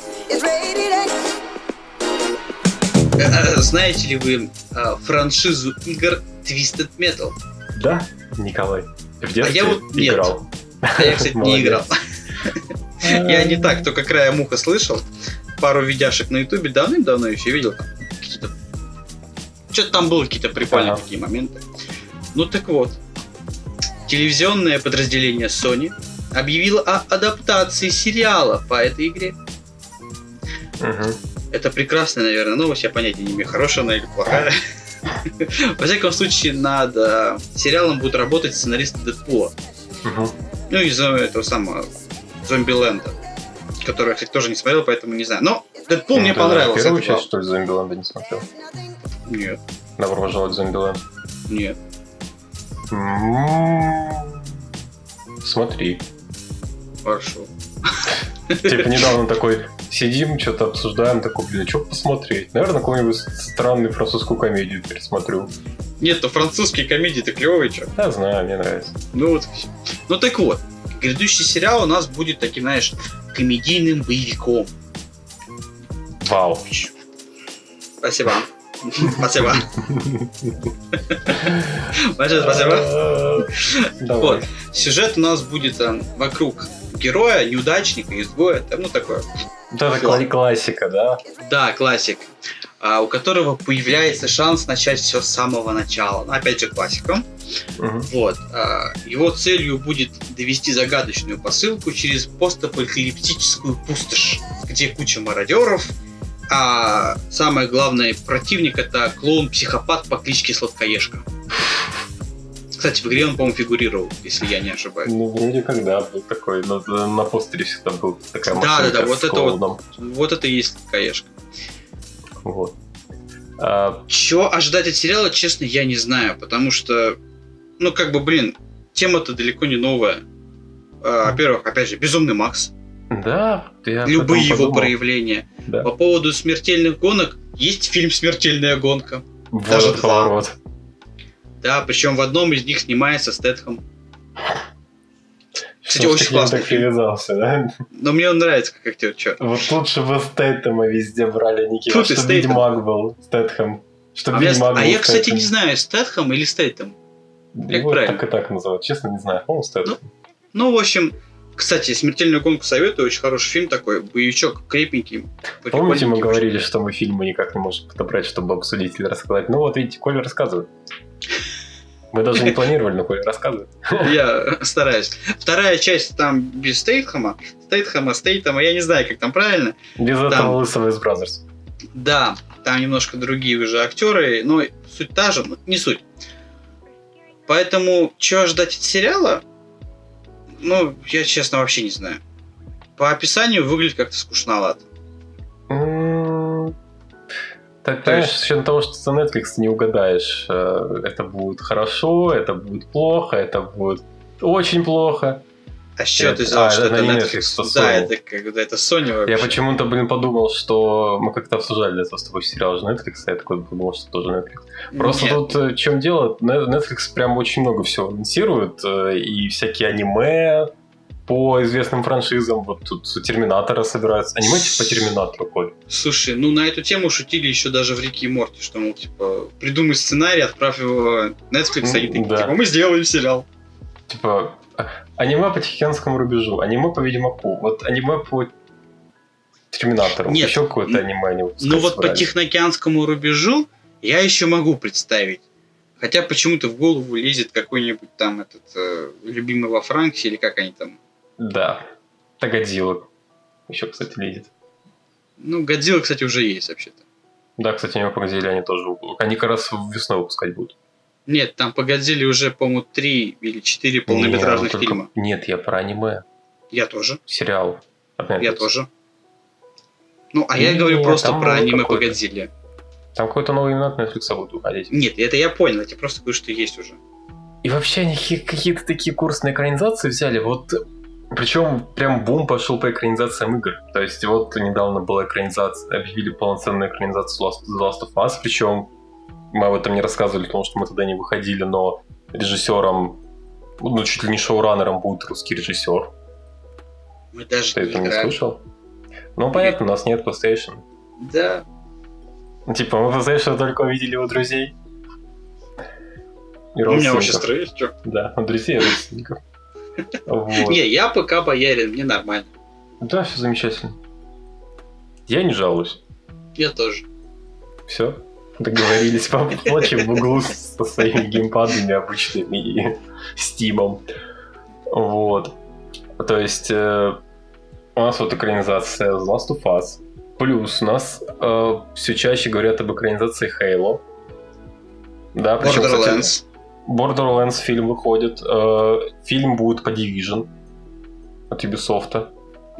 Знаете ли вы а, франшизу игр Twisted Metal? Да, Николай. В детстве а я вот играл. Нет. А я, кстати, не играл. Я не так, только краем уха слышал. Пару видяшек на ютубе давным-давно еще видел. Там какие-то... Что-то там было, какие-то прикольные ага. такие моменты. Ну так вот. Телевизионное подразделение Sony объявило о адаптации сериала по этой игре. Угу. Это прекрасная, наверное, новость. Я понятия не имею, хорошая она или плохая. Во всяком случае, над э, сериалом будут работать сценаристы Дэдпула. Угу. Ну, из этого самого Зомбиленда, который я, кстати, тоже не смотрел, поэтому не знаю. Но Дэдпул ну, мне понравился. Первую часть, что ли, Зомбиленда не смотрел? Нет. Добро пожаловать в Зомбиленд. Нет. Смотри. Хорошо. Типа недавно такой сидим, что-то обсуждаем, такой, блин, что посмотреть? Наверное, какую-нибудь странную французскую комедию пересмотрю. Нет, то французские комедии-то клевые, что? Я знаю, мне нравится. Ну вот. Ну так вот, грядущий сериал у нас будет таким, знаешь, комедийным боевиком. Вау. Спасибо. Спасибо. Большое спасибо. Вот. Сюжет у нас будет вокруг героя, неудачника, изгоя, там, ну такое. Это классика, да? Да, классик. А, у которого появляется шанс начать все с самого начала. Ну, опять же, классика. Угу. Вот. А, его целью будет довести загадочную посылку через постапокалиптическую пустошь, где куча мародеров. А самое главное, противник — это клоун-психопат по кличке Сладкоежка. Кстати, в игре он, по-моему, фигурировал, если я не ошибаюсь. Ну, вроде как, да, был такой. Но на постере всегда был такая машинка. Да, да, да, вот с это клоуном. вот, вот это и есть каешка. Вот. А... Чего ожидать от сериала, честно, я не знаю, потому что, ну, как бы, блин, тема-то далеко не новая. А, во-первых, опять же, Безумный Макс. Да, я любые его подумал. проявления. Да. По поводу смертельных гонок, есть фильм «Смертельная гонка». Вот Даже этот поворот. Да, причем в одном из них снимается Стэтхэм. Кстати, Что очень классный так фильм. привязался, да? Но мне он нравится как актер. Чё? Вот лучше бы Стэйтема везде брали, Никита, Тут и чтобы Стэйтем. Ведьмак был, Стэтхэм. Чтобы А, я, Ведьмак а был я, кстати, Стэйтем. не знаю, Стэтхэм или Стэйтем. Как Его правильно? так и так называют, честно не знаю. По-моему, Стэйтем. Ну, в общем, кстати, «Смертельную гонку» советую. Очень хороший фильм такой, боевичок крепенький. Помните, мы прикольненький, говорили, что мы фильмы никак не можем подобрать, чтобы обсудить или рассказать? Ну вот, видите, Коля рассказывает. Мы даже не планировали, но Коля рассказывает. Я стараюсь. Вторая часть там без Стейтхэма. Стейтхэма, Стейтема, я не знаю, как там правильно. Без Там- этого лысого из Бразерс. Да, там немножко другие уже актеры, но суть та же, но не суть. Поэтому, чего ждать от сериала? Ну, я, честно, вообще не знаю. По описанию выглядит как-то скучновато. М, Так, То понимаешь, есть- с учетом того, что за Netflix не угадаешь, э, это будет хорошо, это будет плохо, это будет очень плохо. А с чего Это- ты взял, а, что это это не Netflix? Netflix, это Да, Sony. это, как, да, это Sony вообще. Я почему-то, блин, подумал, что мы как-то обсуждали для этого с тобой сериал же Netflix, а я такой подумал, что тоже Netflix. Просто Нет. тут э, в чем дело, Не- Netflix прям очень много всего анонсирует, э, и всякие аниме по известным франшизам, вот тут Терминатора собираются. Аниме типа по Терминатору, Коль. Слушай, ну на эту тему шутили еще даже в Рике и Морти, что, мол, типа, придумай сценарий, отправь его в Netflix, они такие, Да. типа, мы сделаем сериал. Типа, а- аниме по Тихоокеанскому рубежу, аниме по Ведьмаку, вот аниме по Терминатору, Нет. еще какое-то аниме они выпускать Ну вот по собрались. Тихоокеанскому рубежу я еще могу представить. Хотя почему-то в голову лезет какой-нибудь там этот э, любимый во Франксе, или как они там. Да, Годзилла еще, кстати, лезет. Ну, Годзилла, кстати, уже есть вообще-то. Да, кстати, аниме по Годзилле они тоже... Они как раз весной выпускать будут. Нет, там по Годзилле уже, по-моему, три или четыре полнометражных Нет, только- фильма. Нет, я про аниме. Я тоже. Сериал. от Netflix. Я тоже. Ну, а я Не, говорю просто там про новый аниме по какой-то. Годзилле. Там какой-то новый именно от Netflix будет уходить. Нет, это я понял, я тебе просто говорю, что есть уже. И вообще они хи- какие-то такие курсные экранизации взяли. Вот причем прям бум пошел по экранизациям игр. То есть вот недавно была экранизация, объявили полноценную экранизацию Last, The Last of Us, причем мы об этом не рассказывали, потому что мы тогда не выходили, но режиссером, ну чуть ли не шоураннером будет русский режиссер. Мы даже Ты не это не играли. слышал? Ну понятно, у нас нет PlayStation. Да. Ну, Типа мы PlayStation только увидели у друзей. И У меня у родственников. сестры есть, что? Да, у друзей и родственников. Вот. Не, я ПК боярин, мне нормально. Да, все замечательно. Я не жалуюсь. Я тоже. Все. Договорились по плаче в углу со своими геймпадами обычными и стимом. Вот. То есть э, у нас вот экранизация The Last of Us. Плюс у нас э, все чаще говорят об экранизации Halo. Да, причем, кстати, Borderlands. Borderlands фильм выходит. Э, фильм будет по Division от Ubisoft.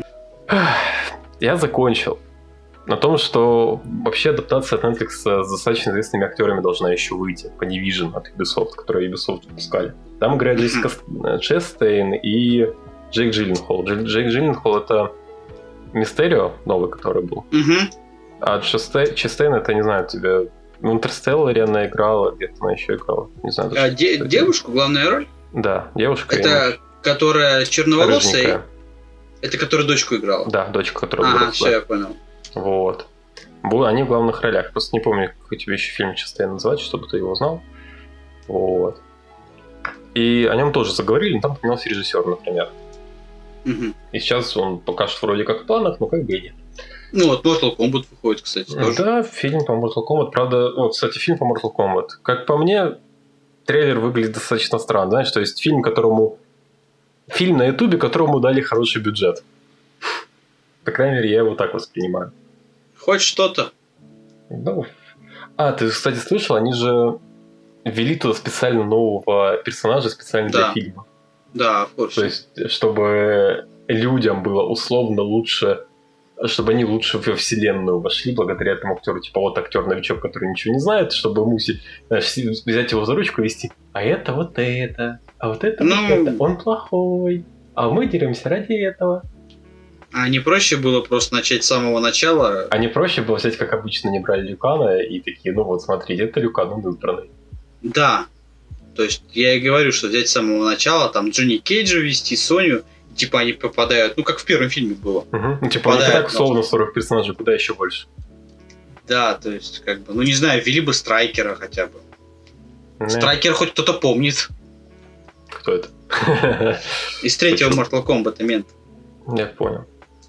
Я закончил на том, что вообще адаптация от Netflix с достаточно известными актерами должна еще выйти по Division от Ubisoft, которые Ubisoft выпускали. Там играет Джессика Честейн и Джейк Джилленхол. Джей- Джейк Джилленхол — это Мистерио новый, который был. Угу. А Честе- Честейн — это, не знаю, тебе... В Интерстелларе она играла, где-то она еще играла. Не знаю. даже, А, де- кстати. девушку, главная роль? Да, девушка. Это которая черноволосая? рыженькая. Это которая дочку играла? Да, дочка, которая Ага, выросла. все, я понял. Вот. Бу- Они в главных ролях. Просто не помню, какой тебе еще фильм Честейн называть, чтобы ты его знал. Вот. И о нем тоже заговорили, но там поменялся режиссер, например. Мгм. И сейчас он пока что вроде как в планах, но как бы и нет. Ну вот Mortal Kombat выходит, кстати, тоже. Да, фильм по Mortal Kombat. Правда, ну, кстати, фильм по Mortal Kombat. Как по мне, трейлер выглядит достаточно странно. Знаешь, то есть фильм, которому... Фильм на Ютубе, которому дали хороший бюджет. По крайней мере, я его так воспринимаю. Хоть что-то. Ну, а, ты, кстати, слышал, они же ввели туда специально нового персонажа, специально Да. для фильма. Да, в курсе. То есть, чтобы людям было условно лучше, чтобы они лучше во вселенную вошли благодаря этому актеру. Типа вот актер-новичок, который ничего не знает, чтобы ему, знаешь, взять его за ручку и вести. А это вот это, а вот это Ну... вот это. Он плохой, а мы деремся ради этого. А не проще было просто начать с самого начала? А не проще было взять, как обычно, не брали Люкана и такие, ну вот смотрите, это Люкан, он избранный. Да. То есть я и говорю, что взять с самого начала, там Джонни Кейджа ввести, Соню, типа они попадают, ну как в первом фильме было. Угу. Ну, типа, не так условно сорок персонажей, куда еще больше. Да, то есть, как бы, ну не знаю, ввели бы Страйкера хотя бы. Не. Страйкер хоть кто-то помнит. Кто это? Из третьего Mortal Kombat мент. Я понял.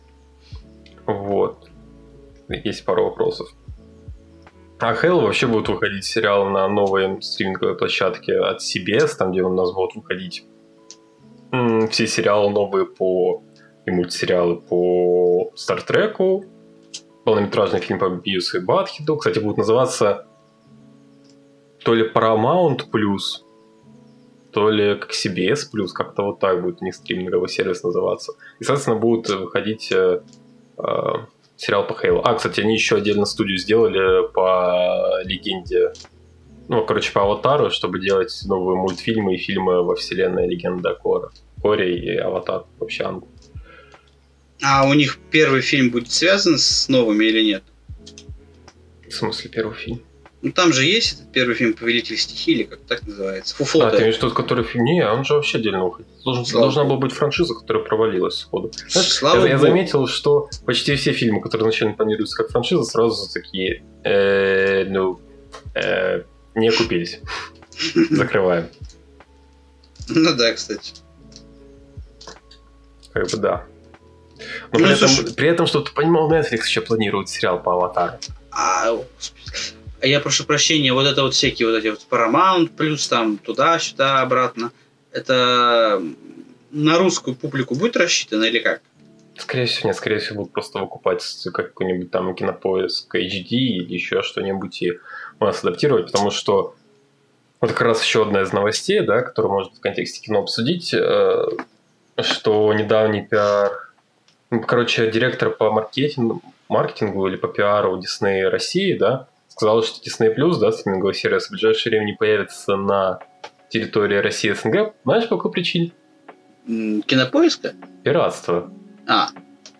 Вот. Есть пару вопросов. А Halo вообще будет выходить сериал на новой стриминговой площадке от си би эс, там, где у нас будут выходить м- все сериалы новые по... и мультсериалы по Стартреку, полнометражный фильм по Бивису и Батхеду. Кстати, будет называться то ли Paramount Plus, то ли как си би эс Plus, как-то вот так будет у них стриминговый сервис называться. И, соответственно, будет выходить э, э, сериал по Halo. А, кстати, они еще отдельно студию сделали по легенде, ну, короче, по Аватару, чтобы делать новые мультфильмы и фильмы во вселенной Легенда Кора. Кори и Аватар, вообще Ангу. А у них первый фильм будет связан с новыми или нет? В смысле первый фильм? Ну там же есть этот первый фильм «Повелитель стихий», или как так называется? Фуфло. А, ты имеешь тот, который фильм? Не, он же вообще отдельно выходит. Должен, должна была быть франшиза, которая провалилась сходу. Знаешь, я, я заметил, что почти все фильмы, которые изначально планируются как франшиза, сразу такие, э, ну, э, не окупились. Закрываем. Ну да, кстати. Как бы да. Но ну, при, этом, при этом, чтобы ты понимал, Netflix еще планирует сериал по Аватару. А, а я прошу прощения, вот это вот всякие вот эти вот Paramount, плюс там туда-сюда, обратно. Это на русскую публику будет рассчитано или как? Скорее всего, нет. Скорее всего, будут просто выкупать какой-нибудь там Кинопоиск эйч ди или еще что-нибудь и у нас адаптировать, потому что вот как раз еще одна из новостей, да, которую можно в контексте кино обсудить, что недавний пиар... Ну, короче, директор по маркетингу, маркетингу или по пиару Disney России, да, сказал, что Disney Plus, да, стриминговый сервис в ближайшее время не появится на территории России и СНГ. Знаешь, по какой причине? Кинопоиска? Пиратство. А.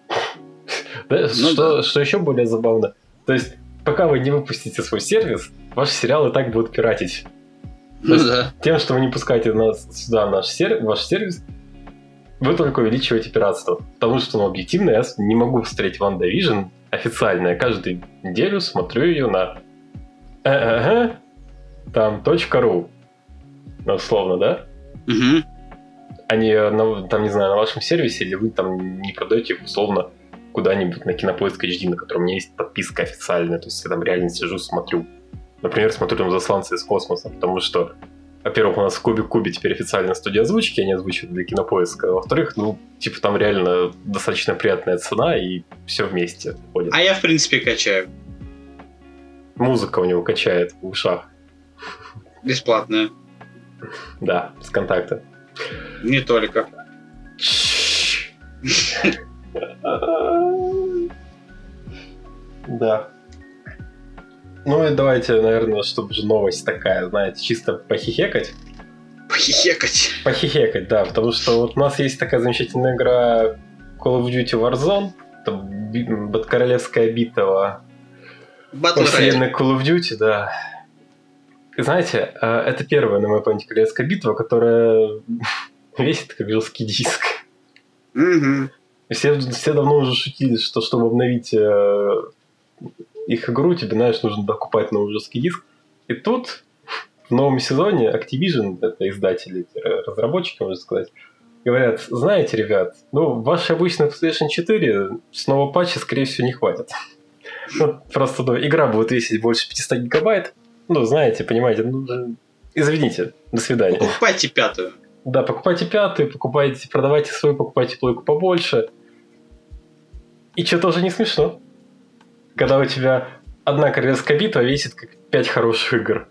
Да, ну, что, да. что еще более забавно. То есть, пока вы не выпустите свой сервис, ваши сериалы и так будут пиратить. Ну, да. Тем, что вы не пускаете нас, сюда наш сервис, ваш сервис, вы только увеличиваете пиратство. Потому что, ну, объективно, я не могу встретить WandaVision официально. Я каждую неделю смотрю ее на э-э-э, там, .ру. Ну, условно, да? Угу. А не, на, там, не знаю, на вашем сервисе, или вы там не продаете их, условно, куда-нибудь на Кинопоиск эйч ди, на котором у меня есть подписка официальная. То есть я там реально сижу, смотрю. Например, смотрю там «Засланцы из космоса», потому что, во-первых, у нас в Кубе-Кубе теперь официальная студия озвучки, они озвучивают для Кинопоиска. Во-вторых, ну, типа, там реально достаточно приятная цена, и все вместе ходит. А я, в принципе, качаю. Музыка у него качает в ушах. Бесплатная. Да, с контакта. Не только. Да. Ну и давайте, наверное, чтобы же новость такая, знаете, чисто похихекать. Похихекать. Похихекать, да, потому что вот у нас есть такая замечательная игра Call of Duty Warzone, это королевская битва по вселенной Call of Duty, да. И знаете, это первая, на моей памяти, королевская битва, которая весит как жесткий диск. Угу. Все, все давно уже шутили, что чтобы обновить э, их игру, тебе, знаешь, нужно докупать новый жесткий диск. И тут в новом сезоне Activision, это издатели, разработчики, можно сказать, говорят: знаете, ребят, ну, вашей обычной PlayStation четыре с нового патча, скорее всего, не хватит. Ну, просто ну, игра будет весить больше пятьсот гигабайт. Ну, знаете, понимаете, ну, извините, до свидания. Покупайте пятую. Да, покупайте пятую, покупайте, продавайте свою, покупайте плойку побольше. И что тоже не смешно. Когда у тебя одна королевская битва весит как пять хороших игр.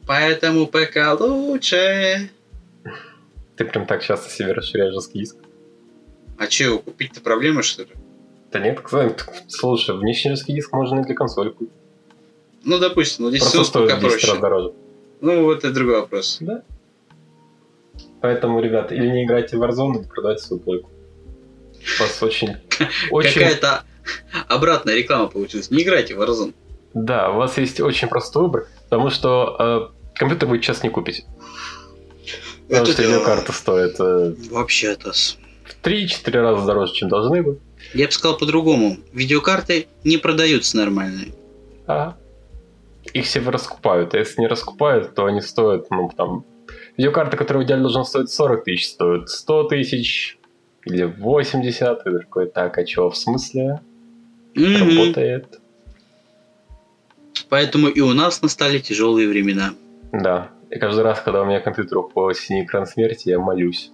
Поэтому ПК лучше. Ты прям так часто себе расширяешь жесткий диск? А че, купить-то проблема, что ли? Да нет, кстати, слушай, внешний жесткий диск можно и для консоли купить. Ну, допустим, но здесь просто все стоит пока в десять проще. раз дороже. Ну, вот это другой вопрос. Да. Поэтому, ребята, или не играйте в Warzone, или продайте свою плойку. У вас очень... очень... Какая-то обратная реклама получилась. Не играйте в Warzone. Да, у вас есть очень простой выбор, потому что э, компьютер вы сейчас не купите. Потому Это что да. видеокарта стоит э, Вообще-то. в три-четыре раза дороже, чем должны бы. Я бы сказал по-другому. Видеокарты не продаются нормальные. Ага. Их все раскупают, а если не раскупают, то они стоят, ну, там... Видеокарта, которая в идеале должна стоить сорок тысяч, стоит сто тысяч или восемьдесят. И такой, так, а чё, в смысле? Mm-hmm. Работает. Поэтому и у нас настали тяжелые времена. Да. И каждый раз, когда у меня компьютер по синий экран смерти, я молюсь.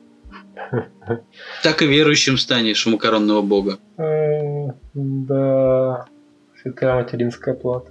Так и верующим станешь у макаронного бога. Да. Святая материнская плата.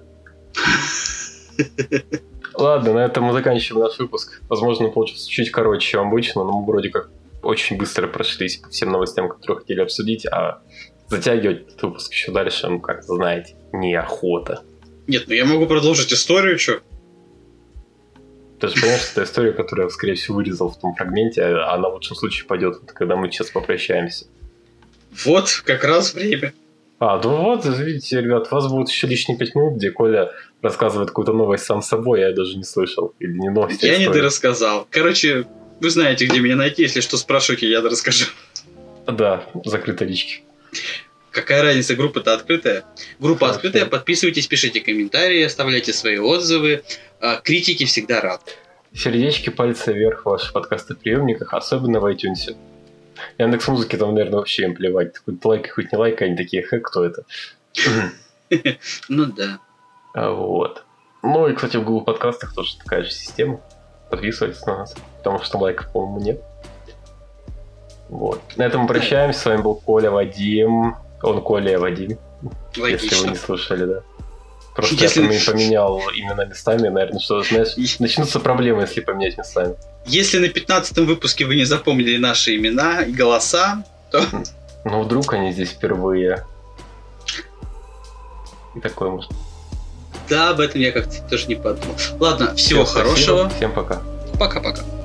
Ладно, на этом мы заканчиваем наш выпуск. Возможно, он получился чуть короче, чем обычно, но мы вроде как очень быстро прошлись по всем новостям, которые хотели обсудить, а затягивать этот выпуск еще дальше, ну, как вы знаете, неохота. Нет, ну я могу продолжить историю, что? Ты же понимаешь, что это история, которую я, скорее всего, вырезал в том фрагменте, а она в лучшем случае пойдет, когда мы сейчас попрощаемся. Вот, как раз время. А, ну вот, видите, ребят, у вас будет еще лишние пять минут, где Коля рассказывает какую-то новость сам собой, я даже не слышал. Или не новость, а Я история. не дорассказал. Короче, вы знаете, где меня найти, если что, спрашивайте, я дорасскажу. Да, закрытой лички. Какая разница, группа-то открытая? Группа Хорошо. открытая, подписывайтесь, пишите комментарии, оставляйте свои отзывы. Критики всегда рад. Сердечки, пальцы вверх в ваших подкастоприемниках, особенно в iTunes. Яндекс.Музыки там, наверное, вообще им плевать. Хоть лайк, хоть не лайк, они такие, хэ, кто это? Ну да. Вот. Ну и, кстати, в Google подкастах тоже такая же система. Подписывайтесь на нас, потому что лайков, по-моему, нет. Вот. На этом мы прощаемся. С вами был Коля, Вадим. Он Коля, Вадим. Логично. Если вы не слушали, да. Просто Если- я поме- поменял имена местами. Наверное, что, знаешь, начнутся проблемы, если поменять местами. Если на пятнадцатом выпуске вы не запомнили наши имена и голоса, то Ну, вдруг они здесь впервые. И такое может. да, об этом я как-то тоже не подумал. Ладно, всего Всем спасибо. хорошего. Всем пока. Пока-пока.